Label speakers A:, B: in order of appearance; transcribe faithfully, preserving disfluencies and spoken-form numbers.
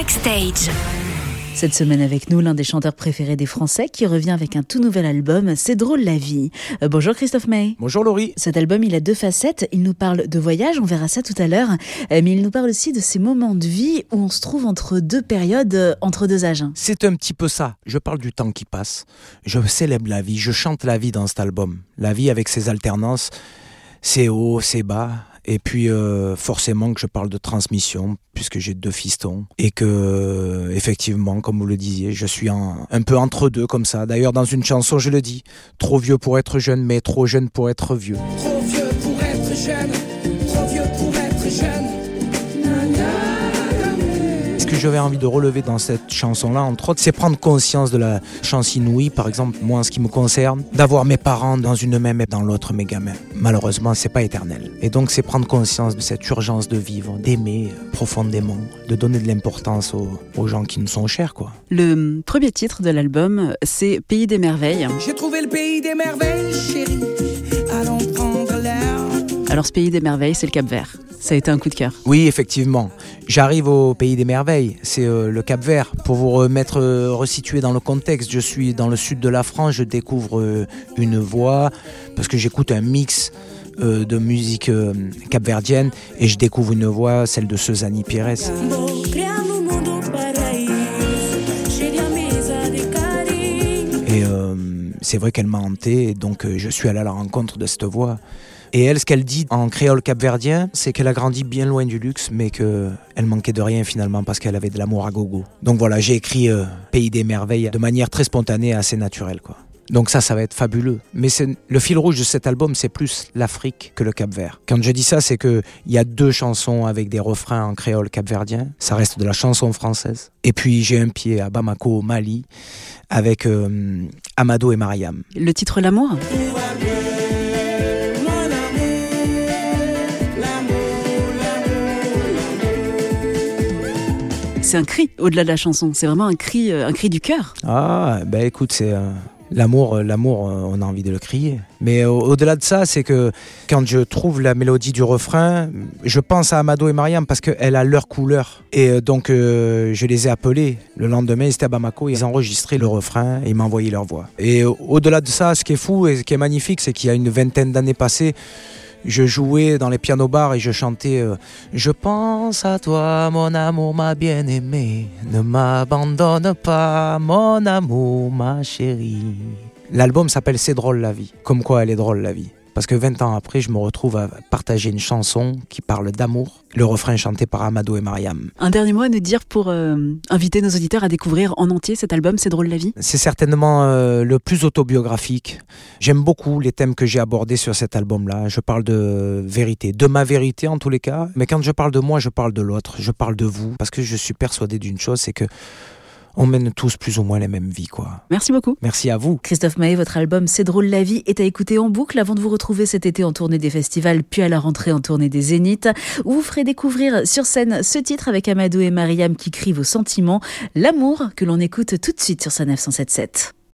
A: Backstage.
B: Cette semaine avec nous, l'un des chanteurs préférés des Français qui revient avec un tout nouvel album, C'est drôle la vie. Euh, bonjour Christophe May.
C: Bonjour Laurie.
B: Cet album, il a deux facettes. Il nous parle de voyage, on verra ça tout à l'heure. Euh, mais il nous parle aussi de ces moments de vie où on se trouve entre deux périodes, euh, entre deux âges.
C: C'est un petit peu ça. Je parle du temps qui passe. Je célèbre la vie. Je chante la vie dans cet album. La vie avec ses alternances, ses hauts, ses bas. Et puis euh, forcément que je parle de transmission puisque j'ai deux fistons et que euh, effectivement, comme vous le disiez, je suis en, un peu entre deux comme ça. D'ailleurs dans une chanson je le dis, trop vieux pour être jeune mais trop jeune pour être vieux.
D: Trop vieux pour être jeune, trop vieux pour être jeune.
C: Ce que j'avais envie de relever dans cette chanson-là, entre autres, c'est prendre conscience de la chance inouïe, par exemple, moi en ce qui me concerne, d'avoir mes parents dans une main et dans l'autre mes gamins. Malheureusement, c'est pas éternel. Et donc, c'est prendre conscience de cette urgence de vivre, d'aimer profondément, de donner de l'importance aux, aux gens qui nous sont chers, quoi.
B: Le premier titre de l'album, c'est Pays des merveilles.
D: J'ai trouvé le pays des merveilles, chérie. Allons prendre l'air.
B: Alors, ce Pays des merveilles, c'est le Cap-Vert. Ça a été un coup de cœur.
C: Oui, effectivement. J'arrive au Pays des merveilles, c'est euh, le Cap-Vert. Pour vous remettre, euh, resituer dans le contexte, je suis dans le sud de la France, je découvre euh, une voix, parce que j'écoute un mix euh, de musique euh, capverdienne, et je découvre une voix, celle de Suzanne Pires. Et euh, c'est vrai qu'elle m'a hanté, et donc euh, je suis allé à la rencontre de cette voix. Et elle, ce qu'elle dit en créole capverdien, c'est qu'elle a grandi bien loin du luxe, mais qu'elle manquait de rien finalement parce qu'elle avait de l'amour à gogo. Donc voilà, j'ai écrit euh, Pays des merveilles de manière très spontanée et assez naturelle, quoi. Donc ça, ça va être fabuleux. Mais c'est, le fil rouge de cet album, c'est plus l'Afrique que le Cap-Vert. Quand je dis ça, c'est qu'il y a deux chansons avec des refrains en créole capverdien. Ça reste de la chanson française. Et puis j'ai un pied à Bamako, au Mali, avec euh, Amado et Mariam.
B: Le titre L'amour ? C'est un cri au-delà de la chanson, c'est vraiment un cri, un cri du cœur.
C: Ah, ben écoute, c'est euh, l'amour, l'amour, euh, on a envie de le crier. Mais au- au-delà de ça, c'est que quand je trouve la mélodie du refrain, je pense à Amado et Mariam parce qu'elle a leur couleur. Et euh, donc euh, je les ai appelés le lendemain, ils étaient à Bamako, ils ont enregistré le refrain et ils m'ont envoyé leur voix. Et euh, au-delà de ça, ce qui est fou et ce qui est magnifique, c'est qu'il y a une vingtaine d'années passées, je jouais dans les pianos-bars et je chantais euh, « Je pense à toi, mon amour, ma bien-aimée. Ne m'abandonne pas, mon amour, ma chérie. » L'album s'appelle « C'est drôle la vie ». Comme quoi elle est drôle la vie. Parce que vingt ans après, je me retrouve à partager une chanson qui parle d'amour. Le refrain chanté par Amado et Mariam.
B: Un dernier mot à nous dire pour euh, inviter nos auditeurs à découvrir en entier cet album C'est drôle la vie.
C: C'est certainement euh, le plus autobiographique. J'aime beaucoup les thèmes que j'ai abordés sur cet album-là. Je parle de vérité, de ma vérité en tous les cas. Mais quand je parle de moi, je parle de l'autre, je parle de vous. Parce que je suis persuadé d'une chose, c'est que on mène tous plus ou moins la même vie, quoi.
B: Merci beaucoup.
C: Merci à vous.
B: Christophe May, votre album C'est drôle la vie est à écouter en boucle avant de vous retrouver cet été en tournée des festivals, puis à la rentrée en tournée des Zéniths, où vous ferez découvrir sur scène ce titre avec Amadou et Mariam qui crient vos sentiments, l'amour que l'on écoute tout de suite sur sa neuf cent sept sept.